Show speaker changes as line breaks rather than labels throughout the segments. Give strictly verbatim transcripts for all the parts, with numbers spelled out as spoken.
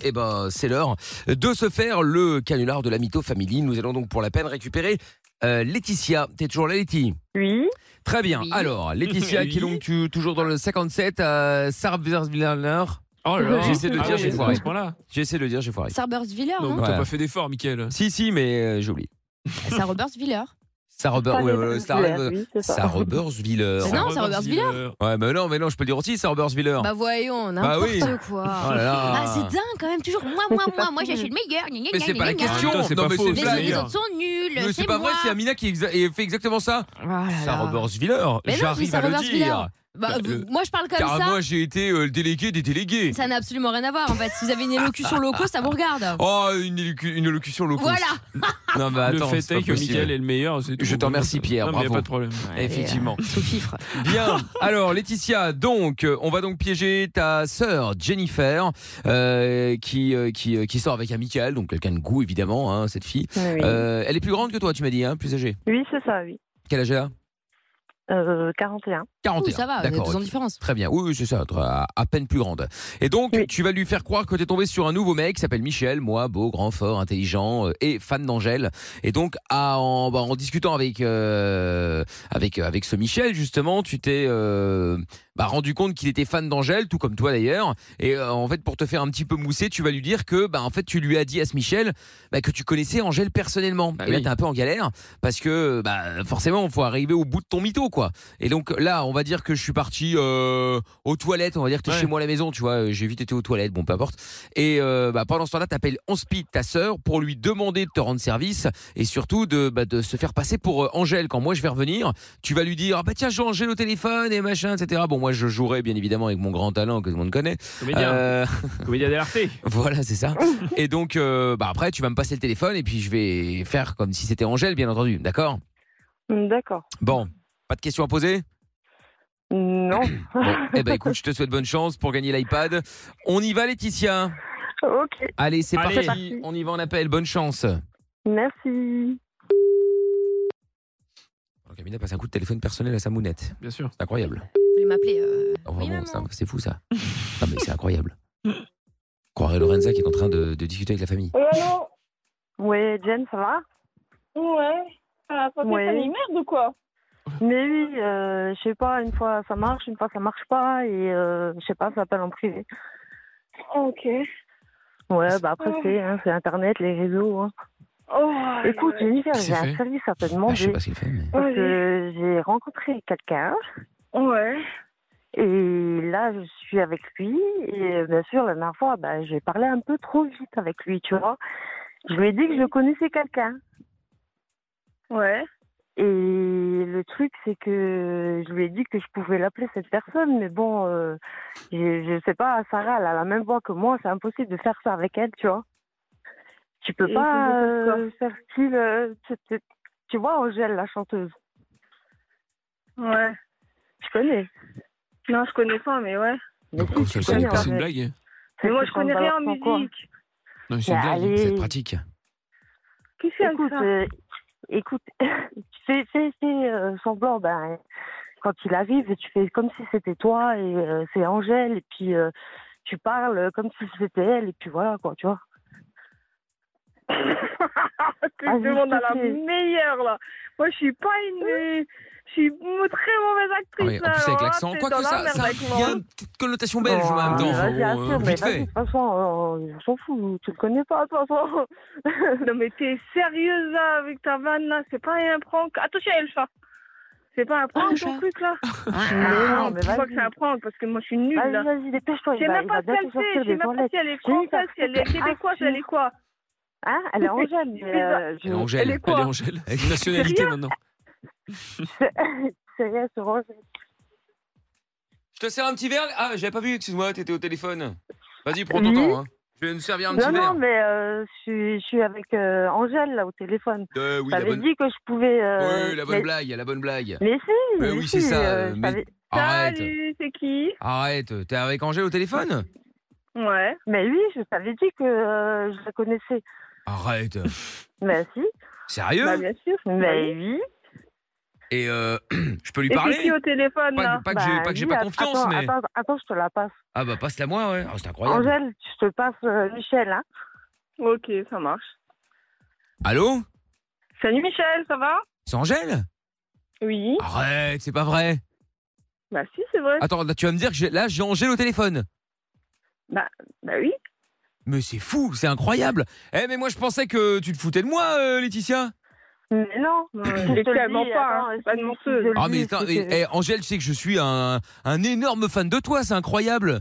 eh ben, c'est l'heure de se faire le canular de la Mytho Family. Nous allons donc pour la peine récupérer euh, Laetitia. T'es toujours là, Letty?
Oui.
Très bien.
Oui.
Alors, Laetitia
Oui.
qui est donc tu- toujours dans le cinquante-sept à Sarbersviller.
Oh là là.
J'essaie de le
Ah
dire,
oui,
j'ai
à
foiré.
ce point-là.
J'essaie de le dire, j'ai foiré.
Sarbersviller,
Non,
non
t'as
Ouais.
pas fait d'effort, Mickaël.
Si, si, mais euh, j'ai oublié.
Sarbersviller.
Sarber... Ouais, ouais, Sarber-
Oui, c'est ça.
Sarbersviller.
Mais non, c'est Robertsviller.
Ouais, mais non, mais non, je peux le dire aussi, Sarbersviller.
Bah voyons,
Bah
n'importe
oui.
quoi.
Oh là là.
Ah, c'est dingue quand même, toujours moi, moi, moi, moi, je suis le meilleur. gna, gna,
Mais
gna,
c'est
gna,
pas la
gna, gna.
question.
En même temps, c'est
Non,
pas
mais
faux,
c'est
Les
c'est
blague.
autres, les
meilleur.
autres sont nuls.
Mais c'est pas
moi.
vrai, c'est Amina qui exa- et fait exactement ça.
Oh là là.
Sarbersviller.
Mais non,
J'arrive
c'est
à le
Sarbersviller.
dire.
Bah,
Le-
vous- moi, je parle comme
Car
ça.
moi, j'ai été euh, le délégué des délégués.
Ça n'a absolument rien à voir en fait. Si vous avez une élocution loco, ça vous regarde.
Oh, une, élocu- une élocution locale.
Voilà.
Non, mais
Le
attends,
fait
c'est pas
est que
possible.
Mickaël est le meilleur. c'est tout.
Je te remercie, Pierre,
Non, mais y a
bravo.
pas de problème.
Effectivement.
Sous fifre.
Bien. Alors, Laetitia, donc, euh, on va donc piéger ta sœur Jennifer, euh, qui, euh, qui, euh, qui sort avec un Michael, donc quelqu'un de goût, évidemment, hein, cette fille.
Oui,
Euh, elle est plus grande que toi, tu m'as dit, hein, plus âgée.
oui c'est ça, oui.
Quel âge elle a?
Euh, quarante et un.
quarante et un.
Oui, ça va, il y a
D'accord.
deux ans de
ok.
différence.
Très bien, oui, oui c'est ça, à, à peine plus grande. Et donc,
Oui.
tu vas lui faire croire que tu es tombé sur un nouveau mec qui s'appelle Michel, moi, beau, grand, fort, intelligent euh, et fan d'Angèle. Et donc, à- en, bah, en discutant avec, euh, avec, euh, avec ce Michel, justement, tu t'es euh, bah, rendu compte qu'il était fan d'Angèle, tout comme toi d'ailleurs. Et euh, en fait, pour te faire un petit peu mousser, tu vas lui dire que, bah, en fait, tu lui as dit à ce Michel bah, que tu connaissais Angèle personnellement.
Bah
et là,
oui.
t'es un peu en galère parce que, bah, forcément, il faut arriver au bout de ton mytho, quoi. Et donc là, on va dire que je suis parti euh, aux toilettes, on va dire que t'es
Ouais.
chez moi à la maison, tu vois, j'ai vite été aux toilettes, bon peu importe. Et euh, bah, pendant ce temps-là, t'appelles en speed ta sœur pour lui demander de te rendre service et surtout de, bah, de se faire passer pour euh, Angèle. Quand moi je vais revenir, tu vas lui dire ah bah tiens j'ai Angèle au téléphone et machin, et cetera. Bon moi je jouerai bien évidemment avec mon grand talent que tout le monde connaît.
Comédien.
Euh,
Comédien d'Alarté.
voilà c'est ça. Et donc euh, bah après tu vas me passer le téléphone et puis je vais faire comme si c'était Angèle bien entendu, d'accord?
D'accord.
Bon, pas de questions à poser?
Non.
Bon, eh ben écoute, je te souhaite bonne chance pour gagner l'iPad. On y va, Laetitia.
Ok.
Allez, c'est
Allez.
parti.
C'est parti.
On y va, on appelle. Bonne chance.
Merci.
Alors, Camilla passe un coup de téléphone personnel à sa mounette.
Bien sûr.
C'est incroyable.
Vous voulez m'appeler euh...
Oh,
Oui,
vraiment,
maman.
ça- c'est fou ça. Non mais c'est incroyable. Croirait Lorenza qui est en train de, de discuter avec la famille.
Oui, allô?
Ouais, Jen, ça va?
Ouais. Ah, ça fait
Ouais.
famille merde ou quoi?
Mais oui, euh, je sais pas, une fois ça marche, une fois ça marche pas, et euh, je sais pas, ça s'appelle en privé.
Ok.
Ouais, bah après c'est, hein, c'est Internet, les réseaux. Hein.
Oh,
Écoute,
ouais.
Jennifer,
Qu'est-ce
j'ai
qu'il
un
fait
service à te
Ah, je sais
demander.
pas ce qu'il fait, mais.
Parce
Vas-y.
que j'ai rencontré quelqu'un,
Ouais.
et là je suis avec lui, et bien sûr, la dernière fois, bah, j'ai parlé un peu trop vite avec lui, tu vois. Je lui ai dit que je connaissais quelqu'un.
Ouais.
Et le truc, c'est que je lui ai dit que je pouvais l'appeler cette personne, mais bon, euh, je, je sais pas, Sarah, elle a la même voix que moi, c'est impossible de faire ça avec elle, tu vois. Tu peux
Et
pas
tu veux faire
euh, faire style, euh, tu, tu- tu vois, Angèle, la chanteuse.
Ouais.
Tu connais.
Non, je connais pas, mais ouais.
Mais
Donc,
si,
ça,
tu
c'est
connais,
pas-
C'est une
Angèle.
blague.
Mais moi,
C'est
je connais
quand
rien en
dans quoi.
musique.
Non, c'est une
Mais
blague.
allez,
C'est pratique.
Qu'est-ce qu'il y a
écoute,
avec ça?
euh, écoute, tu fais, fais, fais euh, semblant, ben, quand il arrive, tu fais comme si c'était toi, et euh, c'est Angèle, et puis euh, tu parles comme si c'était elle, et puis voilà, quoi, tu vois.
Tu
Ah,
me demandes à la
s'il te plaît.
meilleure, là. Moi, je suis pas une... Je suis une très mauvaise
Ah
actrice.
oui, en plus avec
alors,
l'accent,
t'es
quoi
dans
que
la
ça,
merde
ça
avec moi.
il y a une petite connotation belge en même
Oh,
temps.
Vas-y,
faut,
assure,
euh,
mais
vite
vas-y,
fait.
de toute façon, euh, on s'en fout, tu le connais pas, de toute façon.
Non, mais t'es sérieuse, là, avec ta vanne, là? C'est pas un prank. Attention, il y a le chat. C'est pas un
Ah,
prank,
le
ton
chat.
truc, là?
Mais
Ah,
non, mais
je crois
vas-y.
que c'est un prank, parce que moi, je suis nulle,
Vas-y,
là.
vas-y, dépêche-toi,
Je
il
sais
va,
même
il
pas
va
si elle
bientôt
fait,
sortir
je sais
des
même pas
toilettes.
si elle est
Jennifer,
française, si elle est
s'il te plaît,
québécoise, elle est quoi?
Hein, elle est Angèle, mais euh, je...
Elle est Angèle.
Elle est
Elle
quoi?
est Angèle. Avec une nationalité maintenant.
c'est rien sur Angèle.
Je te sers un petit verre. Ah, j'avais pas vu, excuse-moi, t'étais au téléphone. Vas-y, prends ton
Oui.
temps. Hein. Je vais nous servir un petit
Non,
verre.
non, mais euh, je, suis, je suis avec euh, Angèle, là, au téléphone.
Euh, oui,
Je
la
t'avais
bonne...
dit que je pouvais... euh,
oui, la bonne
mais...
blague, la bonne blague.
Mais si,
Mais
mais
oui,
si,
c'est ça,
euh, je
mais-
t'avais-
Arrête,
Salut, c'est qui?
arrête. T'es avec Angèle au téléphone?
Ouais.
Mais oui, je t'avais dit que euh, je la connaissais.
Arrête.
Mais si,
Sérieux?
Bah, bien sûr.
mais oui.
Et euh, je peux lui
Et c'est
parler
qui au téléphone,
Pas,
là
pas que j'ai pas que j'ai pas
dis,
confiance,
attends,
mais
attends, attends, je te la passe.
ah bah passe-la moi, ouais. Oh, c'est incroyable.
Angèle, je te passe euh, Michel, hein.
Ok, ça marche.
Allô?
Salut Michel, ça va?
C'est Angèle?
Oui.
Arrête, c'est pas vrai.
Bah si, c'est vrai.
Attends, là, tu vas me dire que j'ai- là j'ai Angèle au téléphone.
Bah, bah oui.
Mais c'est fou, c'est incroyable. Eh mais moi je pensais que tu te foutais de moi, euh, Laetitia.
Mais non,
Mais
je te le
tellement
dis,
pas,
attends,
hein, c'est pas
si-
de
si
menteuse.
je le
Ah
dis,
mais attends,
c'est
eh,
que-
eh, Angèle, tu sais que je suis un, un énorme fan de toi, c'est incroyable.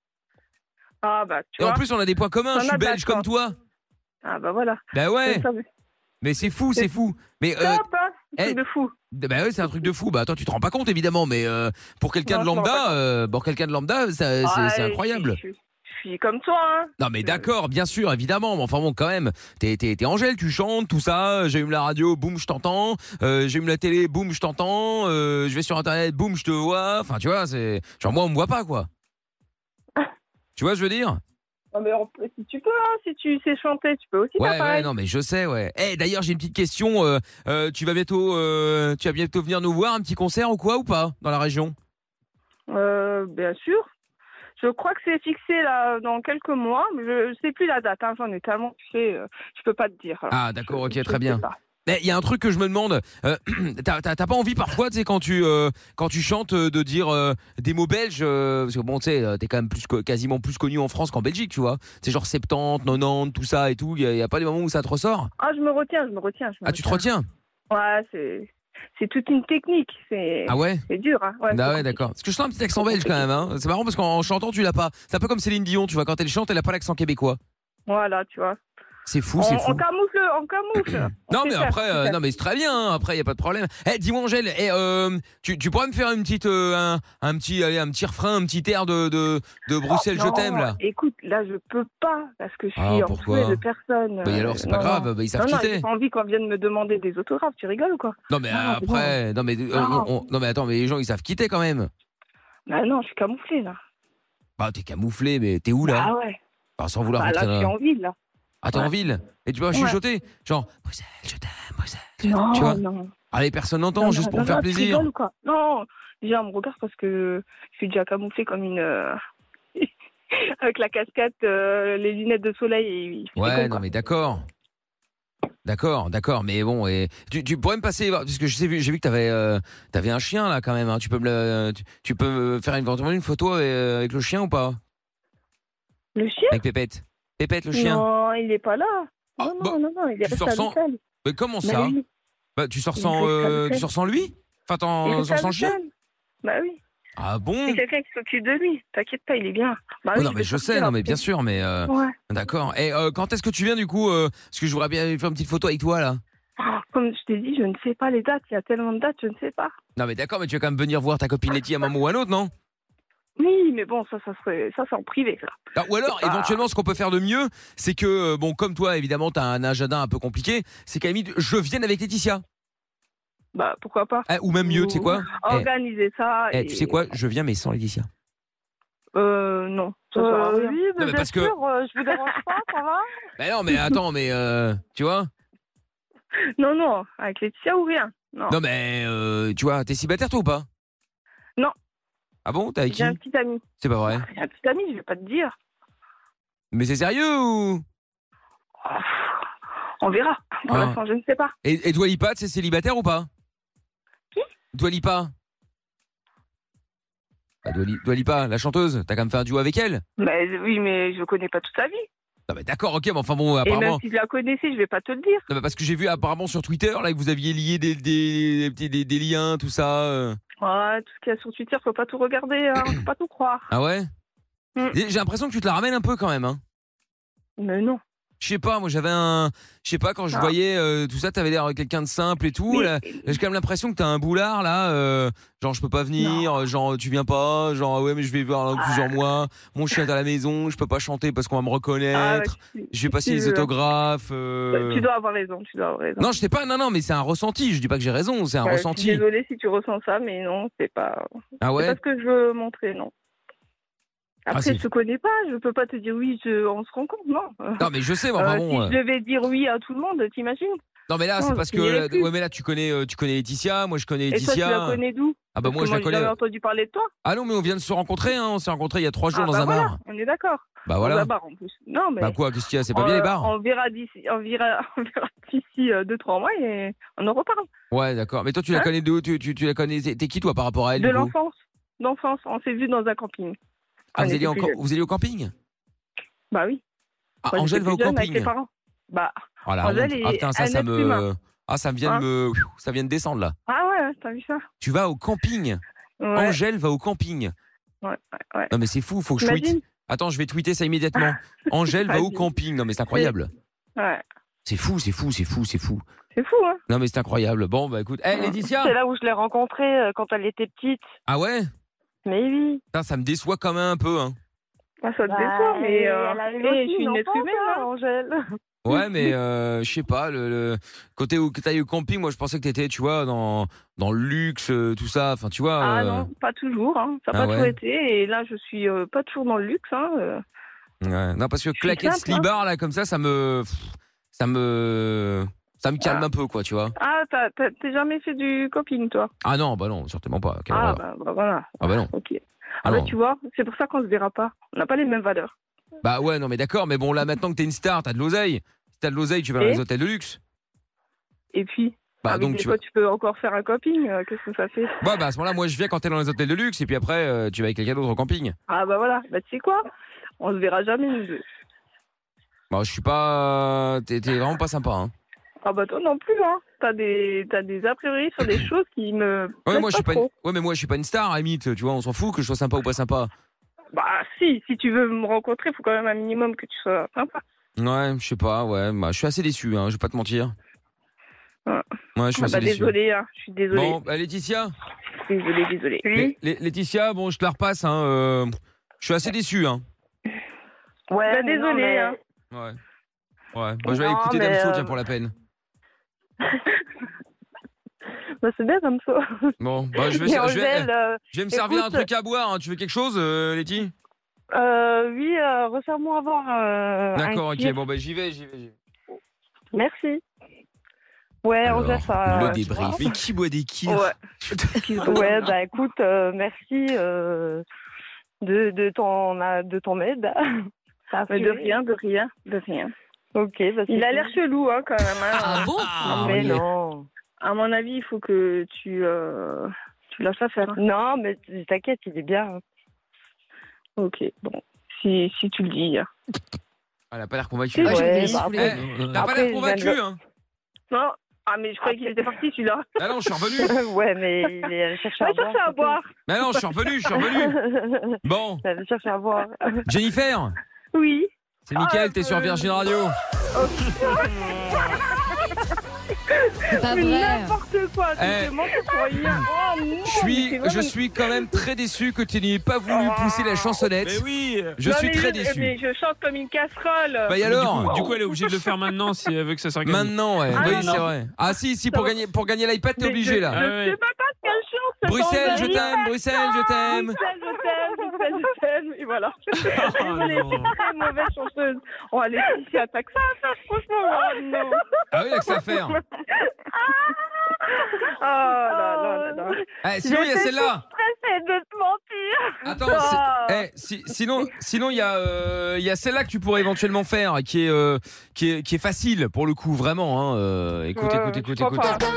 Ah bah, tu
Et en
vois.
plus on a des points communs,
T'en
je suis
as
belge
d'accord.
comme toi.
Ah bah voilà.
Bah ouais,
C'est ça, mais-
mais c'est fou, c'est fou. Mais euh,
Top, hein,
eh,
truc de fou.
bah ouais, c'est un truc de fou. Bah attends, tu te rends pas compte évidemment, mais euh, pour quelqu'un
Non,
de
je m'en rends pas
lambda,
compte.
euh, pour quelqu'un de lambda, ça- c'est
Ah,
c'est
je
incroyable.
suis- Je suis, je suis comme toi, hein.
Non mais d'accord, bien sûr, évidemment, mais enfin bon quand même, t'es, t'es, t'es Angèle, tu chantes, tout ça, j'allume la radio, boum, je t'entends, euh, j'allume la télé, boum, je t'entends, euh, je vais sur internet, boum, je te vois, enfin tu vois, c'est... Genre moi on me voit pas quoi. Tu vois ce que je veux dire?
Non, mais en plus, si tu peux, hein, si tu sais chanter, tu peux aussi
Ouais,
faire
ouais,
pareil.
non mais je sais, ouais. Eh d'ailleurs j'ai une petite question, euh, euh, tu vas bientôt, euh, tu vas bientôt venir nous voir, un petit concert ou quoi ou pas, dans la région?
Euh, bien sûr. Je crois que c'est fixé là dans quelques mois, mais je, je sais plus la date. Hein, j'en ai tellement fait, euh, je peux pas te dire. là.
Ah d'accord,
Je-
ok,
je
très
sais
bien.
pas.
Mais il y a un truc que je me demande, euh, t'as, t'as, t'as pas envie parfois, tu sais, quand tu euh, quand tu chantes, euh, de dire euh, des mots belges, euh, parce que bon, tu sais, euh, t'es quand même plus co- quasiment plus connu en France qu'en Belgique, tu vois. C'est genre soixante-dix, quatre-vingt-dix, tout ça et tout. Il y, a- y a pas des moments où ça te ressort?
Ah, je me retiens, je me retiens. je me
Ah, tu te retiens?
Ouais, c'est c'est toute une technique. C'est
Ah ouais?
c'est dur. Hein. Ouais,
Ah
c'est
ouais,
compliqué.
d'accord. Parce que je sens un petit accent belge quand même. Hein. C'est marrant parce qu'en chantant, tu l'as pas. C'est un peu comme Céline Dion, tu vois. Quand elle chante, elle a pas l'accent québécois.
Voilà, tu vois.
C'est fou,
On,
c'est fou.
on camoufle, on camoufle. On
Non
sait
mais
faire,
après,
on sait
euh,
faire.
non mais c'est très bien. hein. Après, y a pas de problème. Eh, dis-moi Angèle, eh, euh, tu, tu pourrais me faire une petite, euh, un, un petit, allez, un petit refrain, un petit air de de, de Bruxelles, je
Non,
t'aime là.
Écoute, là, je peux pas parce que je suis
Ah, pourquoi
entourée de personnes.
Bah et alors, c'est pas
Non,
grave.
non.
Bah, ils savent
Non,
qui
non,
t'es.
j'ai pas envie qu'on vienne me demander des autographes. Tu rigoles ou quoi?
Non mais
Non,
après, non mais, euh,
Non.
on- on- non mais attends, mais les gens ils savent qui t'es quand même.
Bah non, je suis camouflée là.
Bah t'es camouflé, mais t'es où là?
Ah ouais.
Enfin, sans vouloir
Bah là,
rentrer
je suis
dans.
en ville là.
Ah t'es en
Ouais.
ville et tu peux
Ouais.
chuchoter, genre Bruxelles, je t'aime, Bruxelles. je t'aime.
Non,
Tu vois?
non.
Allez, personne n'entend,
Non,
juste
non,
pour
non,
faire
non, tu
plaisir.
rigoles ou quoi? Non, déjà on me regarde parce que je suis déjà camouflée comme une euh, avec la casquette, euh, les lunettes de soleil et il fait
Ouais,
comme
non
quoi.
mais d'accord. D'accord, d'accord, mais bon, et tu, tu pourrais me passer, parce que je sais, j'ai vu que t'avais, euh, t'avais un chien là quand même. Hein. Tu peux me, le, tu, tu peux me faire éventuellement une photo euh, avec le chien ou pas?
Le chien?
Avec Pépette. Pépette le chien.
Non, il est pas là.
Ah,
Non,
bah,
non, non, non, il est
tu
resté
sors
à
sans-
l'hôtel.
Mais comment
Bah
ça?
oui,
Bah, tu sors
Il
sans,
reste à
euh,
l'hôtel.
tu sors sans lui? Enfin,
il
t'en,
reste
sans,
à
sans le chien?
l'hôtel. Bah oui.
Ah bon?
C'est quelqu'un qui s'occupe de lui. T'inquiète pas, il est bien. Bah
Oh
oui,
non
je
mais
vais
je
sortir
sais, non mais
après.
bien sûr, mais euh,
Ouais.
d'accord. Et euh, quand est-ce que tu viens du coup euh, Parce que je voudrais bien faire une petite photo avec toi là.
Ah, comme je t'ai dit, je ne sais pas les dates. Il y a tellement de dates, je ne sais pas.
Non mais d'accord, mais tu vas quand même venir voir ta copine Letty à un moment ou à un autre, non?
Oui, mais bon, ça, ça serait, ça, c'est en privé, ça.
Ah, ou alors,
C'est pas-
éventuellement, ce qu'on peut faire de mieux, c'est que, euh, bon, comme toi, évidemment, t'as un agenda un peu compliqué, c'est qu'à la limite, je vienne avec Laetitia.
Bah, pourquoi pas.
Ah, ou même mieux, tu sais quoi? Eh,
Organiser ça.
eh,
et...
tu sais quoi? Je viens, mais sans Laetitia.
Euh, non. Ça sert à
Euh,
rien.
oui,
Non,
mais
mais
bien
parce que-
sûr, euh, je vous dérange pas, ça va?
Bah non, mais attends, mais euh, tu vois?
Non, non, avec Laetitia ou rien. Non.
Non, mais euh, tu vois, t'es célibataire toi ou pas?
Non.
Ah bon? T'es avec qui?
J'ai un petit ami.
C'est pas vrai.
J'ai un petit ami, je vais pas te dire.
Mais c'est sérieux ou?
Oh, on verra. Pour
Ah.
l'instant, je ne sais pas.
Et, et Dua Lipa, c'est célibataire ou pas?
Qui?
Dua Lipa. Bah, Dua, Li- Dua Lipa, la chanteuse, t'as quand même fait un duo avec elle?
Mais oui, mais je connais pas toute sa vie.
Non mais d'accord, ok, mais enfin bon,
Et
apparemment...
même si je la connaissais, je vais pas te le dire.
Non mais parce que j'ai vu apparemment sur Twitter, là, que vous aviez lié des, des, des, des, des liens, tout ça... euh.
Ouais, tout ce qu'il y a sur Twitter, faut pas tout regarder, hein. Faut pas tout croire.
Ah ouais?
Mm.
Et j'ai l'impression que tu te la ramènes un peu quand même, hein.
Mais non.
Je sais pas, moi j'avais un... Je sais pas, quand je
Ah.
voyais euh, tout ça, t'avais l'air quelqu'un de simple et tout.
Mais-
Là, j'ai quand même l'impression que t'as un boulard, là, euh, genre je peux pas venir, genre tu viens pas, genre ouais mais je vais voir dans
Ah.
plusieurs mois, mon chien est à la maison, je peux pas chanter parce qu'on va me
Ah, ouais,
reconnaître,
tu-
je vais
tu-
passer
tu
les
veux.
autographes... euh.
Tu dois avoir raison, tu dois avoir raison.
Non, je sais pas, non, non, mais c'est un ressenti, je dis pas que j'ai raison, c'est un
Ouais, Je
ressenti.
suis désolée si tu ressens ça, mais non, c'est pas,
Ah
c'est
ouais?
pas ce que je veux montrer, non. Après,
c'est-
je te connais pas, je peux pas te dire oui, je... on se rencontre, non.
Non mais je sais, mais
Euh,
enfin
si
bon... euh.
je devais dire oui à tout le monde, t'imagines?
Non mais là
Non,
c'est
je
parce
finirai
que
plus.
ouais mais là tu connais euh, tu connais Laetitia, moi je connais
Et toi, tu
Laetitia.
la connais d'où?
Ah bah
Parce
moi
que
je la
j'ai
connais.
jamais entendu parler de toi.
Ah non mais on vient de se rencontrer, hein. On s'est rencontrés il y a trois jours
Ah
dans
bah
un
voilà,
bar.
on est d'accord.
Bah
Dans
voilà.
un bar en plus. Non mais.
Bah quoi, qu'est-ce qu'il y a? C'est pas
on,
bien les
euh,
bars?
On verra d'ici, on verra, on verra d'ici euh, deux trois mois et on en reparle.
Ouais d'accord. Mais toi tu la
Hein
connais d'où? Tu, tu, tu la connais? T'es t'es qui toi par rapport à elle
De
du coup?
l'enfance, d'enfance, on s'est vu dans un camping.
Ah
On
vous
était
alliez,
plus
en,
jeunes.
vous alliez au camping?
Bah oui.
Ah,
Moi,
Angèle
j'étais
va au
plus jeune avec
camping.
mes parents. Bah.
Oh la
Angèle
honte.
est
Ah putain ça
un
ça
être
me
humain.
ah ça me vient
Hein
de me ça vient de descendre là.
Ah ouais, t'as vu ça?
Tu vas au camping?
Ouais.
Angèle va au camping.
Ouais, ouais, ouais.
Non mais c'est fou, faut que je tweete.
T'imagines?
Attends, je vais tweeter ça immédiatement. Angèle va au
Vas-y.
camping. Non mais c'est incroyable.
Ouais.
C'est fou, c'est fou, c'est fou, c'est fou.
C'est fou, hein?
Non mais c'est incroyable. Bon bah écoute, hé Laetitia.
C'est là où je l'ai rencontrée euh, quand elle était petite.
Ah ouais?
Mais oui.
Putain, ça me déçoit quand même un peu hein.
Ah, ça te
Bah,
déçoit, mais euh,
elle a eu
eh,
aussi
je suis une
une
être
enfance,
humaine,
hein,
hein.
Angèle.
Ouais mais euh, je sais pas le, le côté où t'as eu au camping, moi je pensais que t'étais tu vois dans dans le luxe euh, tout ça, enfin tu vois.
Ah
euh,
non, pas toujours, hein. Ça n'a
Ah
pas
ouais.
toujours été. Et là, je suis euh, pas toujours dans le luxe, hein. euh.
Ouais. Non parce que
suis
claquer de
simple, hein.
slibard là comme ça, ça me ça me ça me calme
Ah.
un peu quoi, tu vois.
Ah, t'as t'as- t'as jamais fait du camping, toi?
Ah non, bah non, certainement pas. Quelle
Ah,
horreur.
bah, bah voilà.
Ah bah non.
Ok.
Ah
Ah, bah
non.
tu vois, c'est pour ça qu'on se verra pas. On n'a pas les mêmes valeurs.
Bah ouais, non mais d'accord, mais bon là maintenant que t'es une star, t'as de l'oseille. Si t'as de l'oseille, tu vas dans
Et
les hôtels de luxe.
Et puis,
Bah
avec
donc
des
tu
fois,
vas.
tu peux encore faire un camping. euh, Qu'est-ce que ça fait?
Ouais bah à ce moment-là, moi je viens quand t'es dans les hôtels de luxe et puis après euh, tu vas avec quelqu'un d'autre au camping.
Ah, bah voilà. Bah, tu sais quoi? On se verra jamais, nous deux.
Bah je suis pas, t'es t'es vraiment pas sympa. Hein.
Ah, bah toi non plus, hein. T'as des, t'as des a priori sur des choses qui me.
Ouais,
plaisent
moi je suis pas.
trop.
Une... Ouais mais moi je suis pas une star, à la limite. Tu vois, on s'en fout que je sois sympa ou pas sympa.
Bah, si, si tu veux me rencontrer, il faut quand même un minimum que tu sois sympa.
Ouais, je sais pas. Ouais, bah je suis assez déçu. Hein, je vais pas te mentir.
Ouais.
Ouais, je suis
Ah,
assez
bah,
déçu.
désolé, hein. Je suis désolée.
Bon, bah, Laetitia.
Désolée, désolée.
Lé- Lé- Laetitia, bon, je te la repasse. Hein, euh, je suis assez déçu. Hein.
Ouais,
Bah,
mais non,
désolé,
mais-
hein.
Ouais. Ouais. Moi, je vais aller
Non,
écouter
mais,
Damso,
euh,
tiens, pour la peine.
Bah, c'est bien comme ça.
Bon, bah, je vais,
Mais
je vais,
Angèle, euh,
je vais me servir un
écoute-
truc à boire. Hein. Tu veux quelque chose, euh, Letty?
euh, oui, euh, resserre-moi avoir euh, un
D'accord, ok.
kir.
Bon, bah, j'y vais, j'y vais. j'y vais.
Merci. Ouais,
Alors,
Angèle, ça.
le
euh,
débrief.
Mais qui boit des kirs?
Ouais.
Ouais, bah écoute, euh, merci euh, de, de, ton, de ton aide. Ça a
Mais de
fait-
rien, de rien, de rien.
Ok, bah c'est
Il a
tout.
l'air chelou, hein, quand même. Hein.
Ah bon?
Ah,
Mais
oui.
non.
À mon avis, il faut que tu, euh, tu lâches à faire. hein.
Non, mais t'inquiète, il est bien.
Ok, bon. Si, si tu le dis. hein.
Elle a pas l'air convaincue.
Ouais, je
Ouais,
voulais-
bah,
je voulais-
Eh, T'as pas
Après,
l'air
je
convaincu,
viens de-
hein?
Non. Ah, mais je croyais qu'il était parti, celui-là.
Ah non, je suis revenu.
Ouais, mais il est allé chercher
Va
à boire.
chercher à
c'est tout.
boire.
Mais non, je suis revenu, je suis revenu. Bon,
Il allait chercher à boire.
Jennifer,
Oui.
c'est Mickaël,
Ah,
t'es sur
euh,
Virgin Radio.
C'est pas
Mais
vrai.
n'importe quoi. Tu
Eh.
te mens pour rien. Oh, non,
Je suis,
mais c'est vraiment
je suis quand même très déçu que tu n'aies pas voulu pousser la chansonnette.
Mais oui.
Je
Non,
suis
mais
très
je-
déçu.
Mais je chante comme une casserole.
Bah et
Mais du
alors
coup, du coup, elle est obligée de le faire maintenant si elle veut que ça s'organise.
Maintenant, ouais.
Ah,
oui,
non,
c'est
non.
vrai. Ah si, si, pour
Ça va.
gagner, pour gagner l'iPad, t'es
Mais
obligé
je-
là.
Ah
Je
ouais.
sais pas pas ce qu'elle chante. cette
Bruxelles, je
Angèle.
t'aime, Bruxelles, je t'aime.
Bruxelles, je t'aime, Bruxelles, je t'aime. Et voilà.
Oh,
Elle est
non.
très mauvaise chanteuse. Oh, elle est ici, attaque ça, ça, franchement. Oh non.
Ah oui, là que ça à faire.
Oh là là là là.
Eh, sinon, il y a celle-là.
J'essaie de te mentir.
Attends, c'est- eh, si- sinon, sinon il y a, euh, il y a celle-là que tu pourrais éventuellement faire, qui est, euh, qui est, qui est facile pour le coup, vraiment. Hein. Euh, écoute,
Ouais,
écoute,
je
écoute,
crois
écoute.
pas.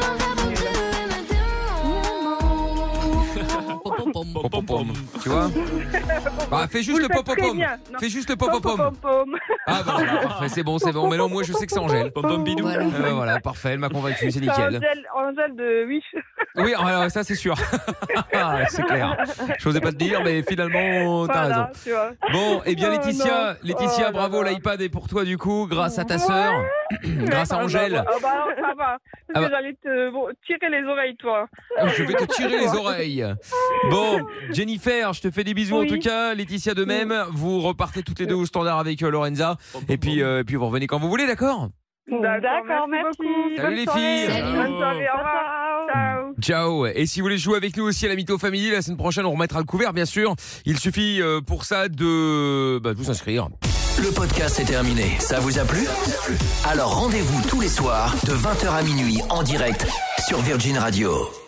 Pom, pom, pom.
Pom, pom, pom. Tu vois? Bah, fais juste
Vous
le
faites
pop pop
très
pom.
bien. Non.
Fais juste le pop pop
Pom,
pom.
pom, pom.
Ah bah voilà, parfait, c'est bon, c'est bon. Mais non, moi je sais que c'est Angèle.
Pom pom bidou.
Voilà.
Euh, voilà, parfait, elle m'a convaincu, c'est
C'est
nickel.
Angèle, Angèle de Wish.
Oui, alors, ça c'est sûr. Ah, c'est clair. Je n'osais pas te dire, mais finalement, t'as raison.
Voilà, tu vois.
Bon, eh bien
Oh,
Laetitia,
non.
Laetitia,
Oh,
bravo,
là, là.
l'iPad est pour toi du coup, grâce à ta sœur, grâce à Angèle.
Ah bah alors, ça va. Parce
Ah
que
bah.
j'allais te bon, tirer les oreilles, toi.
Je vais te tirer les oreilles. Bon, Jennifer, je te fais des bisous en
Oui.
tout cas. Laetitia de même. Vous repartez toutes les deux au standard avec euh, Lorenza. Et puis, euh, et puis vous revenez quand vous voulez, d'accord?
D'accord, merci.
beaucoup.
Salut
Bonne
les
soirée.
filles.
Salut.
Bonne soirée, au revoir. Ciao.
Ciao. Et si vous voulez jouer avec nous aussi à la Mytho Family, la semaine prochaine, on remettra le couvert, bien sûr. Il suffit euh, pour ça de, bah, de vous inscrire.
Le podcast est terminé. Ça vous a plu? Alors rendez-vous tous les soirs de vingt heures à minuit en direct sur Virgin Radio.